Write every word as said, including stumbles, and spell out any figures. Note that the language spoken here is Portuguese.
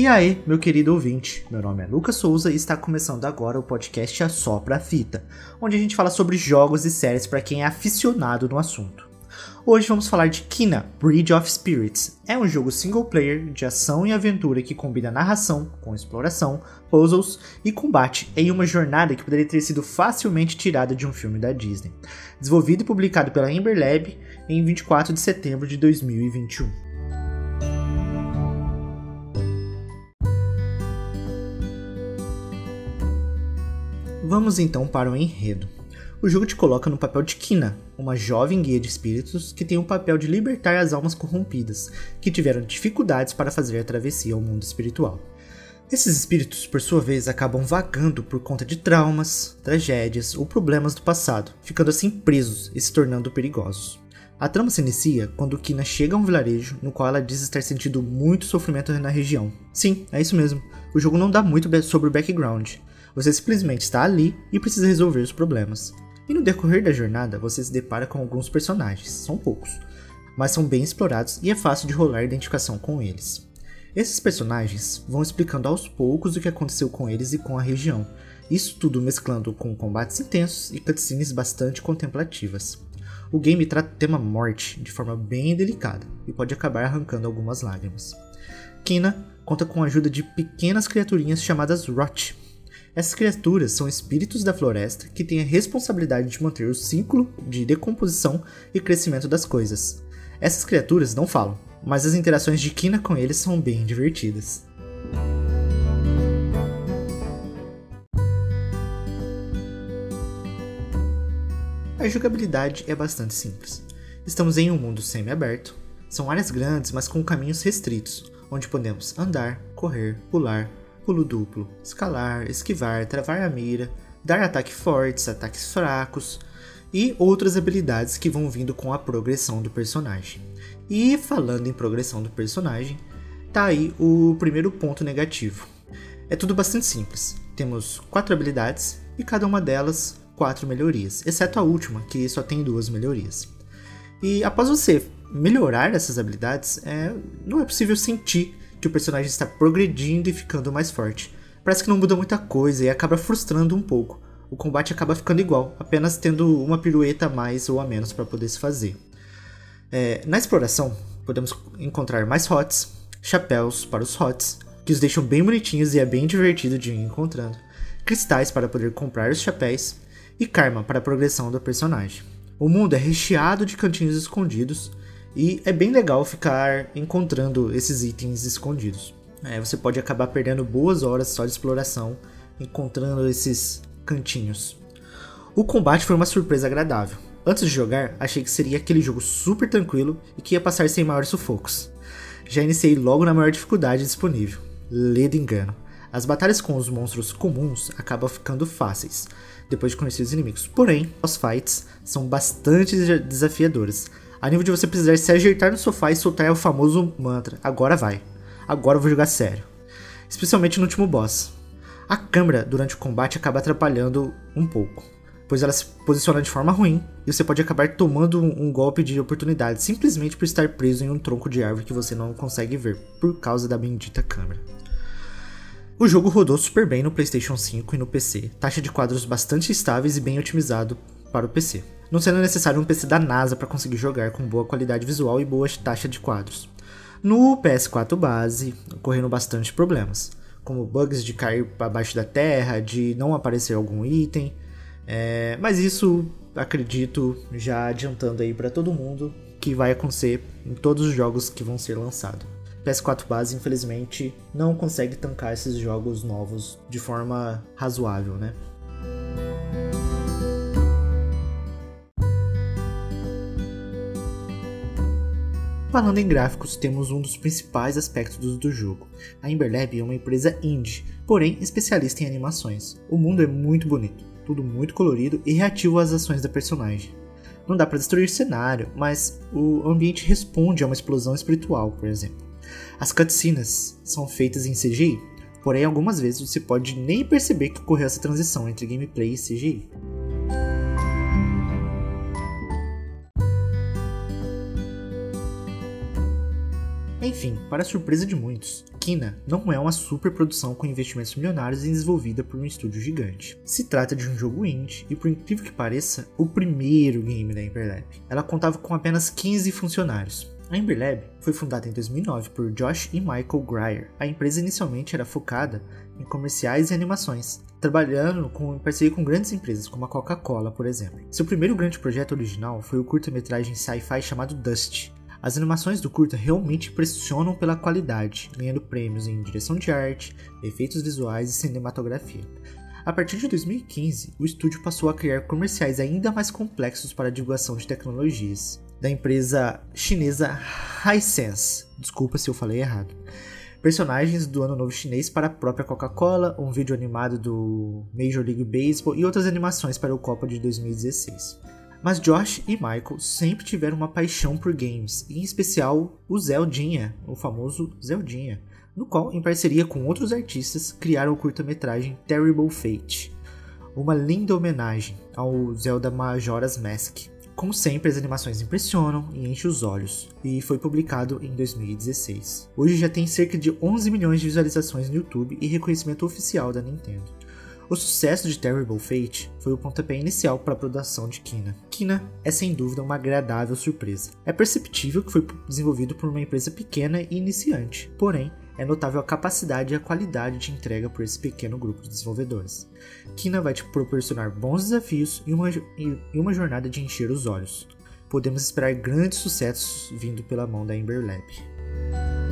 E aí, meu querido ouvinte, meu nome é Lucas Souza e está começando agora o podcast A Só Pra Fita, onde a gente fala sobre jogos e séries para quem é aficionado no assunto. Hoje vamos falar de Kena, Bridge of Spirits. É um jogo single player de ação e aventura que combina narração com exploração, puzzles e combate em uma jornada que poderia ter sido facilmente tirada de um filme da Disney. Desenvolvido e publicado pela Ember Lab em vinte e quatro de setembro de dois mil e vinte e um. Vamos então para o enredo. O jogo te coloca no papel de Kena, uma jovem guia de espíritos que tem o papel de libertar as almas corrompidas, que tiveram dificuldades para fazer a travessia ao mundo espiritual. Esses espíritos, por sua vez, acabam vagando por conta de traumas, tragédias ou problemas do passado, ficando assim presos e se tornando perigosos. A trama se inicia quando Kena chega a um vilarejo no qual ela diz estar sentindo muito sofrimento na região. Sim, é isso mesmo, o jogo não dá muito sobre o background. Você simplesmente está ali e precisa resolver os problemas. E no decorrer da jornada, você se depara com alguns personagens, são poucos, mas são bem explorados e é fácil de rolar a identificação com eles. Esses personagens vão explicando aos poucos o que aconteceu com eles e com a região, isso tudo mesclando com combates intensos e cutscenes bastante contemplativas. O game trata o tema morte de forma bem delicada e pode acabar arrancando algumas lágrimas. Kena conta com a ajuda de pequenas criaturinhas chamadas Rot. Essas criaturas são espíritos da floresta que têm a responsabilidade de manter o ciclo de decomposição e crescimento das coisas. Essas criaturas não falam, mas as interações de Kena com eles são bem divertidas. A jogabilidade é bastante simples. Estamos em um mundo semi-aberto, são áreas grandes mas com caminhos restritos, onde podemos andar, correr, pular, pulo duplo, escalar, esquivar, travar a mira, dar ataques fortes, ataques fracos e outras habilidades que vão vindo com a progressão do personagem. E falando em progressão do personagem, tá aí o primeiro ponto negativo. É tudo bastante simples, temos quatro habilidades e cada uma delas quatro melhorias, exceto a última que só tem duas melhorias. E após você melhorar essas habilidades, é, não é possível sentir que o personagem está progredindo e ficando mais forte. Parece que não muda muita coisa e acaba frustrando um pouco. O combate acaba ficando igual, apenas tendo uma pirueta a mais ou a menos para poder se fazer. É, na exploração, podemos encontrar mais hots, chapéus para os hots, que os deixam bem bonitinhos e é bem divertido de ir encontrando, cristais para poder comprar os chapéus e karma para a progressão do personagem. O mundo é recheado de cantinhos escondidos, e é bem legal ficar encontrando esses itens escondidos. É, você pode acabar perdendo boas horas só de exploração, encontrando esses cantinhos. O combate foi uma surpresa agradável. Antes de jogar, achei que seria aquele jogo super tranquilo e que ia passar sem maiores sufocos. Já iniciei logo na maior dificuldade disponível. Ledo engano. As batalhas com os monstros comuns acabam ficando fáceis, depois de conhecer os inimigos. Porém, os fights são bastante desafiadoras, a nível de você precisar se ajeitar no sofá e soltar o famoso mantra, agora vai, agora eu vou jogar sério. Especialmente no último boss. A câmera durante o combate acaba atrapalhando um pouco, pois ela se posiciona de forma ruim e você pode acabar tomando um golpe de oportunidade simplesmente por estar preso em um tronco de árvore que você não consegue ver por causa da bendita câmera. O jogo rodou super bem no PlayStation cinco e no P C, taxa de quadros bastante estáveis e bem otimizado para o P C, não sendo necessário um P C da NASA para conseguir jogar com boa qualidade visual e boa taxa de quadros. No P S quatro base, ocorreram bastante problemas, como bugs de cair para baixo da terra, de não aparecer algum item, é, mas isso, acredito, já adiantando aí para todo mundo, que vai acontecer em todos os jogos que vão ser lançados. P S quatro base, infelizmente, não consegue tancar esses jogos novos de forma razoável, né? Falando em gráficos, temos um dos principais aspectos do jogo. A Ember Lab é uma empresa indie, porém especialista em animações. O mundo é muito bonito, tudo muito colorido e reativo às ações da personagem. Não dá para destruir cenário, mas o ambiente responde a uma explosão espiritual, por exemplo. As cutscenes são feitas em C G I, porém algumas vezes você pode nem perceber que ocorreu essa transição entre gameplay e C G I. Enfim, para a surpresa de muitos, Kena não é uma superprodução com investimentos milionários e desenvolvida por um estúdio gigante. Se trata de um jogo indie e, por incrível que pareça, o primeiro game da Ember Lab. Ela contava com apenas quinze funcionários. A Ember Lab foi fundada em dois mil e nove por Josh e Michael Greer. A empresa inicialmente era focada em comerciais e animações, trabalhando com, em parceria com grandes empresas como a Coca-Cola, por exemplo. Seu primeiro grande projeto original foi o curta-metragem sci-fi chamado Dust. As animações do curta realmente impressionam pela qualidade, ganhando prêmios em direção de arte, efeitos visuais e cinematografia. A partir de dois mil e quinze, o estúdio passou a criar comerciais ainda mais complexos para a divulgação de tecnologias, da empresa chinesa Hisense. Desculpa se eu falei errado. Personagens do Ano Novo Chinês para a própria Coca-Cola, um vídeo animado do Major League Baseball e outras animações para o Copa de dois mil e dezesseis. Mas Josh e Michael sempre tiveram uma paixão por games, em especial o Zeldinha, o famoso Zeldinha, no qual, em parceria com outros artistas, criaram o curta-metragem Terrible Fate, uma linda homenagem ao Zelda Majora's Mask. Como sempre, as animações impressionam e enchem os olhos, e foi publicado em dois mil e dezesseis. Hoje já tem cerca de onze milhões de visualizações no YouTube e reconhecimento oficial da Nintendo. O sucesso de Terrible Fate foi o pontapé inicial para a produção de Kena. Kena é sem dúvida uma agradável surpresa. É perceptível que foi desenvolvido por uma empresa pequena e iniciante, porém, é notável a capacidade e a qualidade de entrega por esse pequeno grupo de desenvolvedores. Kena vai te proporcionar bons desafios e uma, e uma jornada de encher os olhos. Podemos esperar grandes sucessos vindo pela mão da Ember Lab.